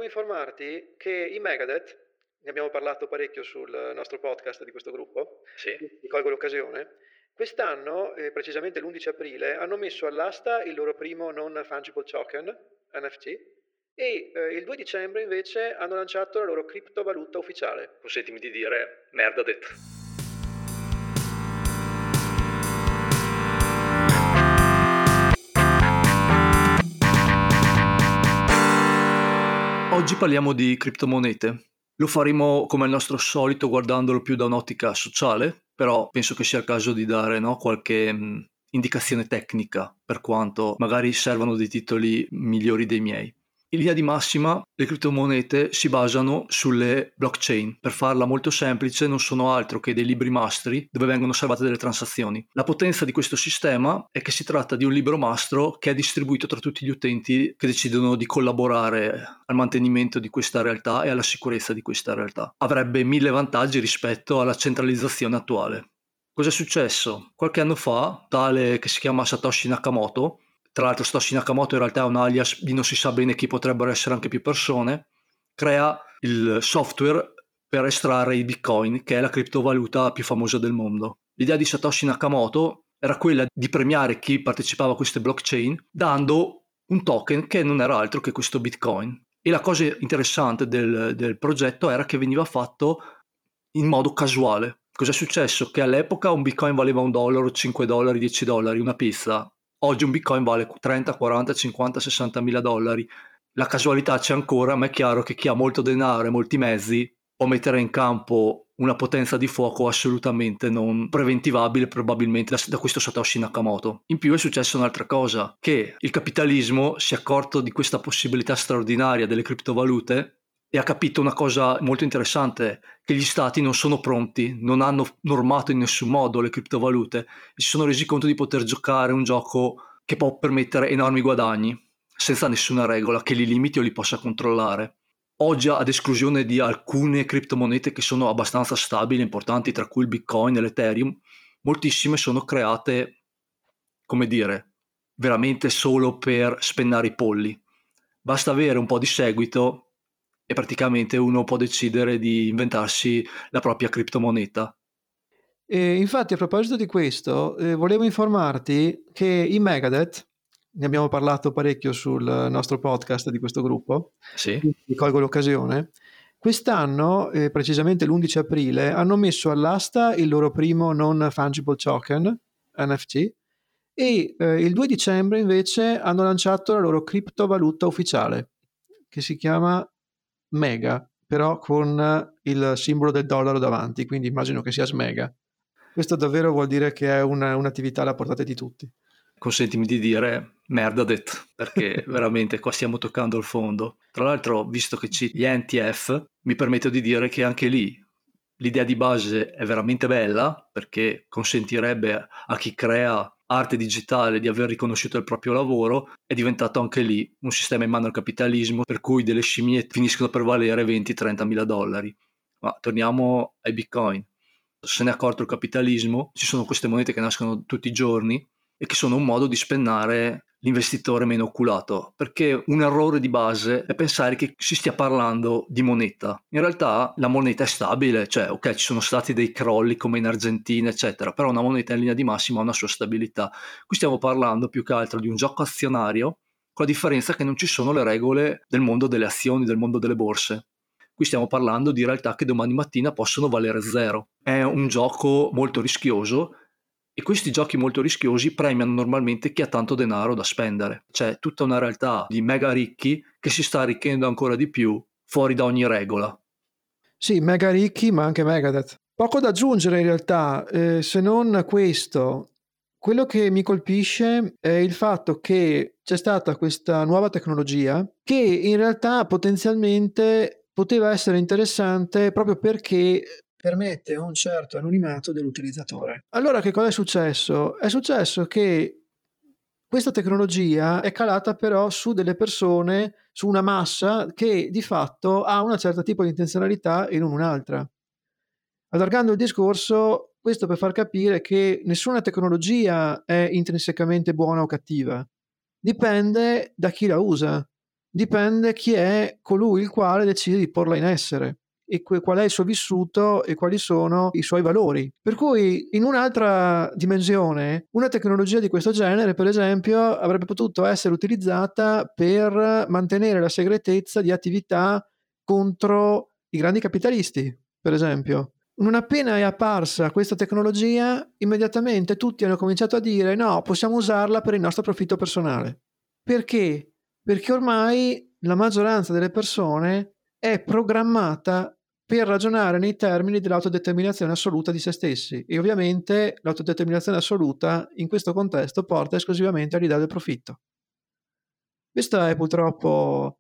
volevo informarti che i Megadeth, ne abbiamo parlato parecchio sul nostro podcast di questo gruppo, Sì. quindi colgo l'occasione, quest'anno, precisamente l'11 aprile, hanno messo all'asta il loro primo non fungible token, NFT, e il 2 dicembre invece hanno lanciato la loro criptovaluta ufficiale. Consentimi di dire merda detto. Oggi parliamo di criptomonete. Lo faremo come al nostro solito guardandolo più da un'ottica sociale, però penso che sia il caso di dare qualche indicazione tecnica, per quanto magari servano dei titoli migliori dei miei. In linea di massima, le criptomonete si basano sulle blockchain. Per farla molto semplice, non sono altro che dei libri mastri dove vengono salvate delle transazioni. La potenza di questo sistema è che si tratta di un libro mastro che è distribuito tra tutti gli utenti che decidono di collaborare al mantenimento di questa realtà e alla sicurezza di questa realtà. Avrebbe 1000 vantaggi rispetto alla centralizzazione attuale. Cosa è successo? Qualche anno fa, tale che si chiama Satoshi Nakamoto, tra l'altro Satoshi Nakamoto in realtà è un alias di non si sa bene chi, potrebbero essere anche più persone, crea il software per estrarre i bitcoin, che è la criptovaluta più famosa del mondo. L'idea di Satoshi Nakamoto era quella di premiare chi partecipava a queste blockchain dando un token che non era altro che questo bitcoin. E la cosa interessante del progetto era che veniva fatto in modo casuale. Cos'è successo? Che all'epoca un bitcoin valeva $1, $5, $10, una pizza. Oggi un bitcoin vale 30, 40, 50, 60 mila dollari. La casualità c'è ancora, ma è chiaro che chi ha molto denaro e molti mezzi può mettere in campo una potenza di fuoco assolutamente non preventivabile probabilmente da questo Satoshi Nakamoto. In più è successa un'altra cosa, che il capitalismo si è accorto di questa possibilità straordinaria delle criptovalute e ha capito una cosa molto interessante, che gli stati non sono pronti, non hanno normato in nessun modo le criptovalute e si sono resi conto di poter giocare un gioco che può permettere enormi guadagni senza nessuna regola che li limiti o li possa controllare. Oggi, ad esclusione di alcune criptomonete che sono abbastanza stabili e importanti, tra cui il Bitcoin e l'Ethereum, moltissime sono create, come dire, veramente solo per spennare i polli. Basta avere un po' di seguito e praticamente uno può decidere di inventarsi la propria criptomoneta. E infatti, a proposito di questo, volevo informarti che i Megadeth, ne abbiamo parlato parecchio sul nostro podcast di questo gruppo, Sì. quindi colgo l'occasione, quest'anno, precisamente l'11 aprile, hanno messo all'asta il loro primo non fungible token, NFT, e il 2 dicembre invece hanno lanciato la loro criptovaluta ufficiale, che si chiama Mega, però con il simbolo del dollaro davanti, quindi immagino che sia Smega. Questo davvero vuol dire che è un'attività alla portata di tutti. Consentimi di dire merda detto, perché veramente qua stiamo toccando il fondo. Tra l'altro, visto che citi gli NTF, mi permetto di dire che anche lì l'idea di base è veramente bella, perché consentirebbe a chi crea arte digitale di aver riconosciuto il proprio lavoro. È diventato anche lì un sistema in mano al capitalismo, per cui delle scimmiette finiscono per valere 20-30 mila dollari. Ma torniamo ai bitcoin. Se ne è accorto il capitalismo, ci sono queste monete che nascono tutti i giorni e che sono un modo di spennare l'investitore meno oculato, perché un errore di base è pensare che si stia parlando di moneta. In realtà la moneta è stabile, cioè ok, ci sono stati dei crolli come in Argentina eccetera, però una moneta in linea di massima ha una sua stabilità. Qui stiamo parlando più che altro di un gioco azionario, con la differenza che non ci sono le regole del mondo delle azioni, del mondo delle borse. Qui stiamo parlando di realtà che domani mattina possono valere zero. È un gioco molto rischioso e questi giochi molto rischiosi premiano normalmente chi ha tanto denaro da spendere. C'è tutta una realtà di mega ricchi che si sta arricchendo ancora di più fuori da ogni regola. Sì, mega ricchi, ma anche Megadeth. Poco da aggiungere in realtà, se non questo. Quello che mi colpisce è il fatto che c'è stata questa nuova tecnologia che in realtà potenzialmente poteva essere interessante proprio perché permette un certo anonimato dell'utilizzatore. Allora che cosa è successo? È successo che questa tecnologia è calata però su delle persone, su una massa che di fatto ha una certa tipo di intenzionalità e non un'altra. Allargando il discorso, questo per far capire che nessuna tecnologia è intrinsecamente buona o cattiva, dipende da chi la usa. dipende chi è colui il quale decide di porla in essere e qual è il suo vissuto e quali sono i suoi valori. Per cui in un'altra dimensione, una tecnologia di questo genere, per esempio, avrebbe potuto essere utilizzata per mantenere la segretezza di attività contro i grandi capitalisti, per esempio. Non appena è apparsa questa tecnologia, immediatamente tutti hanno cominciato a dire no, possiamo usarla per il nostro profitto personale. Perché? Perché ormai la maggioranza delle persone è programmata per ragionare nei termini dell'autodeterminazione assoluta di se stessi e ovviamente l'autodeterminazione assoluta in questo contesto porta esclusivamente all'idea del profitto. Questo è purtroppo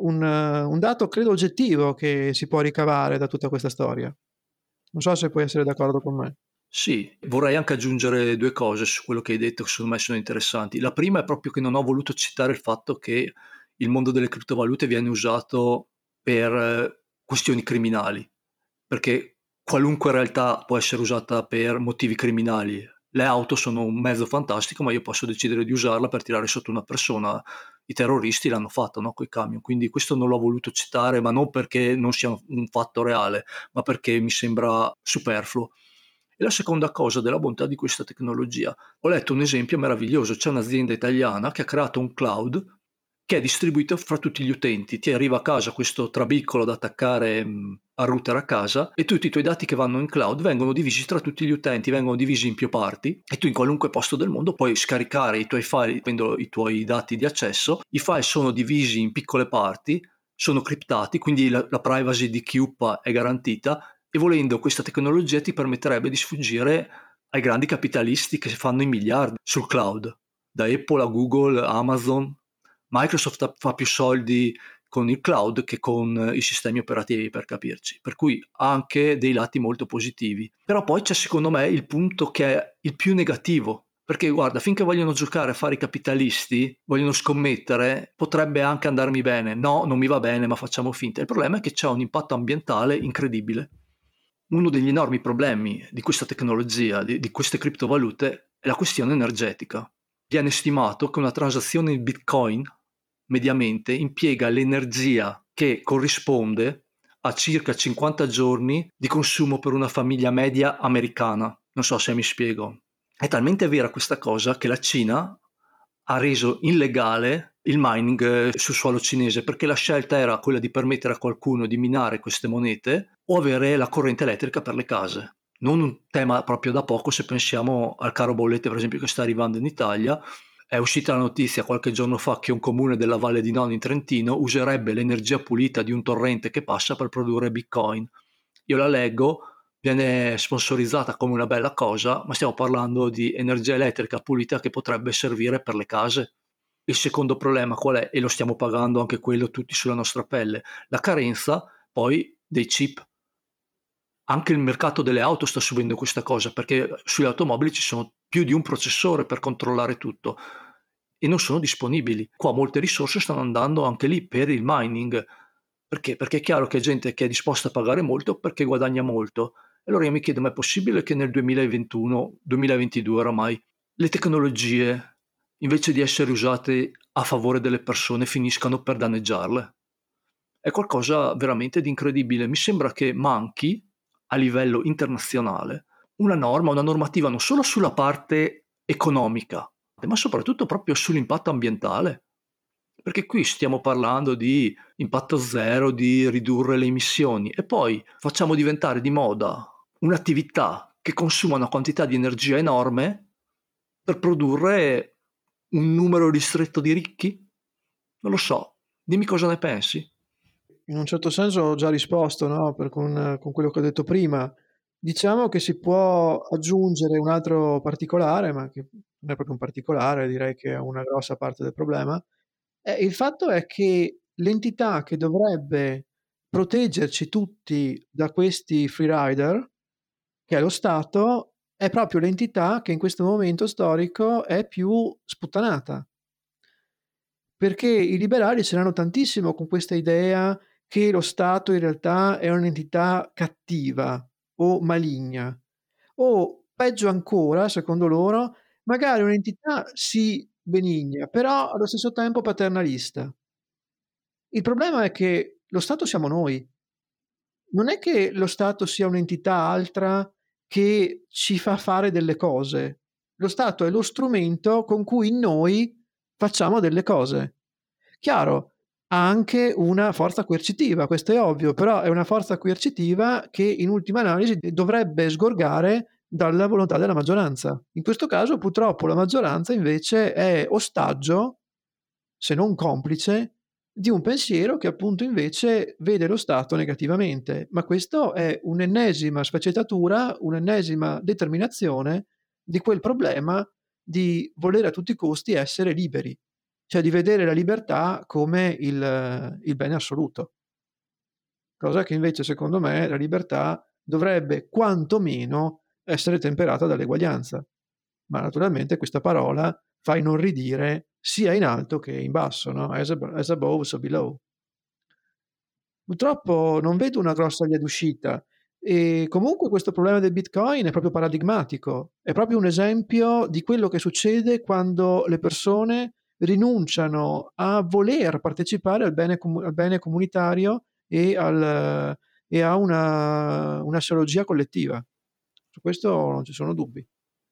un dato, credo, oggettivo che si può ricavare da tutta questa storia. Non so se puoi essere d'accordo con me. Sì, vorrei anche aggiungere due cose su quello che hai detto che secondo me sono interessanti. La prima è proprio che non ho voluto citare il fatto che il mondo delle criptovalute viene usato per questioni criminali, perché qualunque realtà può essere usata per motivi criminali. Le auto sono un mezzo fantastico, ma io posso decidere di usarla per tirare sotto una persona. I terroristi l'hanno fatto, no, coi camion, quindi questo non l'ho voluto citare, ma non perché non sia un fatto reale, ma perché mi sembra superfluo. E la seconda cosa della bontà di questa tecnologia, ho letto un esempio meraviglioso, c'è un'azienda italiana che ha creato un cloud che è distribuito fra tutti gli utenti, ti arriva a casa questo trabicolo da attaccare al router a casa e tutti i tuoi dati che vanno in cloud vengono divisi tra tutti gli utenti, vengono divisi in più parti e tu in qualunque posto del mondo puoi scaricare i tuoi file, avendo i tuoi dati di accesso, i file sono divisi in piccole parti, sono criptati, quindi la privacy di chiunque è garantita e volendo questa tecnologia ti permetterebbe di sfuggire ai grandi capitalisti che fanno i miliardi sul cloud, da Apple a Google, Amazon. Microsoft fa più soldi con il cloud che con i sistemi operativi, per capirci, per cui ha anche dei lati molto positivi. Però poi c'è secondo me il punto che è il più negativo, perché guarda, finché vogliono giocare a fare i capitalisti, vogliono scommettere, potrebbe anche andarmi bene. No, non mi va bene, ma facciamo finta. Il problema è che c'è un impatto ambientale incredibile. Uno degli enormi problemi di questa tecnologia, di queste criptovalute, è la questione energetica. Viene stimato che una transazione in Bitcoin mediamente impiega l'energia che corrisponde a circa 50 giorni di consumo per una famiglia media americana. Non so se mi spiego. È talmente vera questa cosa che la Cina ha reso illegale il mining sul suolo cinese perché la scelta era quella di permettere a qualcuno di minare queste monete o avere la corrente elettrica per le case. Non un tema proprio da poco se pensiamo al caro bollette per esempio che sta arrivando in Italia. È uscita la notizia qualche giorno fa che un comune della Valle di Non in Trentino userebbe l'energia pulita di un torrente che passa per produrre Bitcoin. Io la leggo, viene sponsorizzata come una bella cosa, ma stiamo parlando di energia elettrica pulita che potrebbe servire per le case. Il secondo problema qual è? E lo stiamo pagando anche quello tutti sulla nostra pelle, la carenza poi dei chip. Anche il mercato delle auto sta subendo questa cosa perché sulle automobili ci sono più di un processore per controllare tutto e non sono disponibili. Qua molte risorse stanno andando anche lì per il mining. Perché? Perché è chiaro che è gente che è disposta a pagare molto perché guadagna molto. E allora io mi chiedo, ma è possibile che nel 2021, 2022 oramai, le tecnologie, invece di essere usate a favore delle persone, finiscano per danneggiarle? È qualcosa veramente di incredibile. Mi sembra che manchi a livello internazionale una norma, una normativa non solo sulla parte economica, ma soprattutto proprio sull'impatto ambientale. Perché qui stiamo parlando di impatto zero, di ridurre le emissioni e poi facciamo diventare di moda un'attività che consuma una quantità di energia enorme per produrre un numero ristretto di ricchi? Non lo so, dimmi cosa ne pensi. In un certo senso ho già risposto, no? Con quello che ho detto prima. Diciamo che si può aggiungere un altro particolare, ma che non è proprio un particolare, direi che è una grossa parte del problema. Il fatto è che l'entità che dovrebbe proteggerci tutti da questi freerider, che è lo Stato, è proprio l'entità che in questo momento storico è più sputtanata. Perché i liberali ce l'hanno tantissimo con questa idea che lo Stato in realtà è un'entità cattiva o maligna, o peggio ancora, secondo loro, magari un'entità sì benigna, però allo stesso tempo paternalista. Il problema è che lo Stato siamo noi. Non è che lo Stato sia un'entità altra che ci fa fare delle cose. Lo Stato è lo strumento con cui noi facciamo delle cose. Chiaro, ha anche una forza coercitiva, questo è ovvio, però è una forza coercitiva che in ultima analisi dovrebbe sgorgare dalla volontà della maggioranza. In questo caso purtroppo la maggioranza invece è ostaggio, se non complice, di un pensiero che appunto invece vede lo Stato negativamente, ma questo è un'ennesima sfaccettatura, un'ennesima determinazione di quel problema di voler a tutti i costi essere liberi, cioè di vedere la libertà come il bene assoluto, cosa che invece secondo me la libertà dovrebbe quantomeno essere temperata dall'eguaglianza, ma naturalmente questa parola fa inorridire sia in alto che in basso, no? As above, so below. Purtroppo non vedo una grossa via d'uscita e comunque questo problema del Bitcoin è proprio paradigmatico, è proprio un esempio di quello che succede quando le persone rinunciano a voler partecipare al bene comunitario e a una sociologia collettiva. Su questo non ci sono dubbi.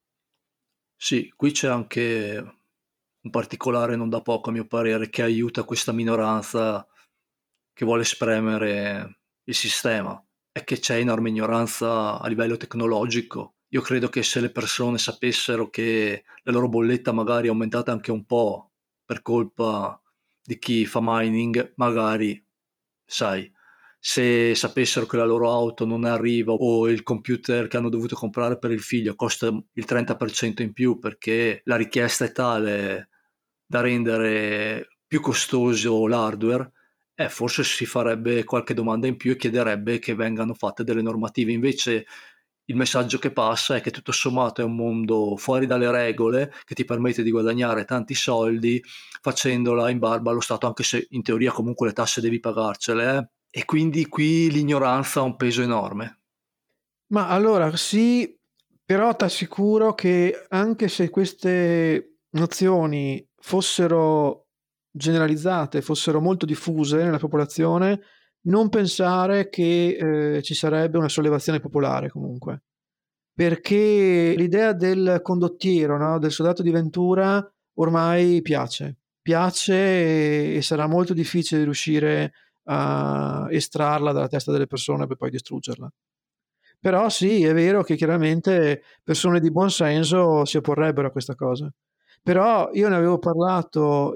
Sì, qui c'è anche un particolare non da poco, a mio parere, che aiuta questa minoranza che vuole spremere il sistema, è che c'è enorme ignoranza a livello tecnologico. Io credo che se le persone sapessero che la loro bolletta magari è aumentata anche un po' per colpa di chi fa mining, magari, sai, se sapessero che la loro auto non arriva o il computer che hanno dovuto comprare per il figlio costa il 30% in più perché la richiesta è tale da rendere più costoso l'hardware, forse si farebbe qualche domanda in più e chiederebbe che vengano fatte delle normative. Invece il messaggio che passa è che tutto sommato è un mondo fuori dalle regole che ti permette di guadagnare tanti soldi facendola in barba allo Stato, anche se in teoria comunque le tasse devi pagarcele, eh? E quindi qui l'ignoranza ha un peso enorme. Ma allora sì, però t'assicuro che anche se queste nozioni fossero generalizzate, fossero molto diffuse nella popolazione, non pensare che ci sarebbe una sollevazione popolare comunque. Perché l'idea del condottiero, no? Del soldato di Ventura ormai piace e sarà molto difficile riuscire a estrarla dalla testa delle persone per poi distruggerla. Però sì, è vero che chiaramente persone di buon senso si opporrebbero a questa cosa. Però io ne avevo parlato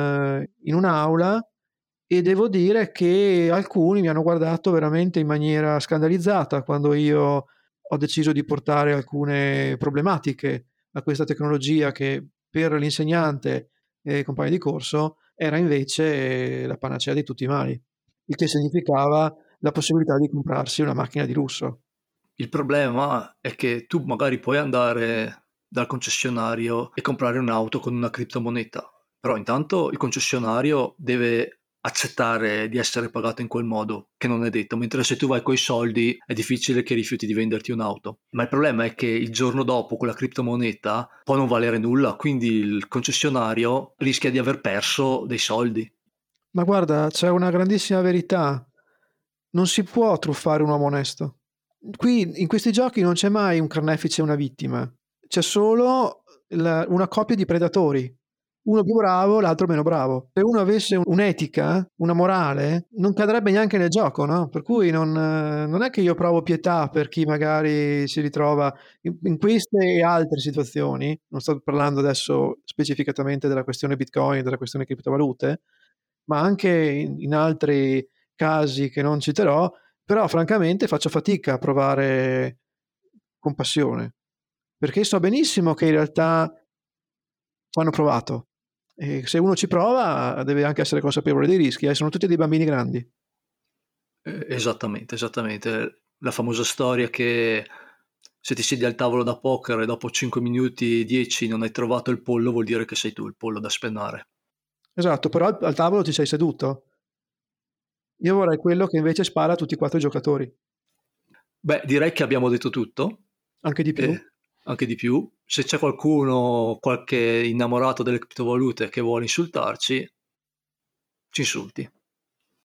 in un'aula e devo dire che alcuni mi hanno guardato veramente in maniera scandalizzata quando io ho deciso di portare alcune problematiche a questa tecnologia che per l'insegnante e i compagni di corso era invece la panacea di tutti i mali, il che significava la possibilità di comprarsi una macchina di lusso. Il problema è che tu magari puoi andare dal concessionario e comprare un'auto con una criptomoneta, però intanto il concessionario deve accettare di essere pagato in quel modo, che non è detto, mentre se tu vai coi soldi è difficile che rifiuti di venderti un'auto. Ma il problema è che il giorno dopo quella criptomoneta può non valere nulla, quindi il concessionario rischia di aver perso dei soldi. Ma guarda, c'è una grandissima verità. Non si può truffare un uomo onesto. Qui in questi giochi non c'è mai un carnefice e una vittima, c'è solo una coppia di predatori, uno più bravo, l'altro meno bravo. Se uno avesse un'etica, una morale, non cadrebbe neanche nel gioco, no? Per cui non è che io provo pietà per chi magari si ritrova in queste e altre situazioni, non sto parlando adesso specificatamente della questione Bitcoin, della questione criptovalute, ma anche in altri casi che non citerò, però francamente faccio fatica a provare compassione, perché so benissimo che in realtà ci hanno provato e se uno ci prova deve anche essere consapevole dei rischi, sono tutti dei bambini grandi. Esattamente, esattamente. La famosa storia che se ti siedi al tavolo da poker e dopo 5 minuti, 10 non hai trovato il pollo, vuol dire che sei tu il pollo da spennare. Esatto, però al tavolo ti sei seduto. Io vorrei quello che invece spara a tutti e quattro i giocatori, Beh, direi che abbiamo detto tutto, anche di più. e anche di più. Se c'è qualcuno, qualche innamorato delle criptovalute che vuole insultarci, ci insulti.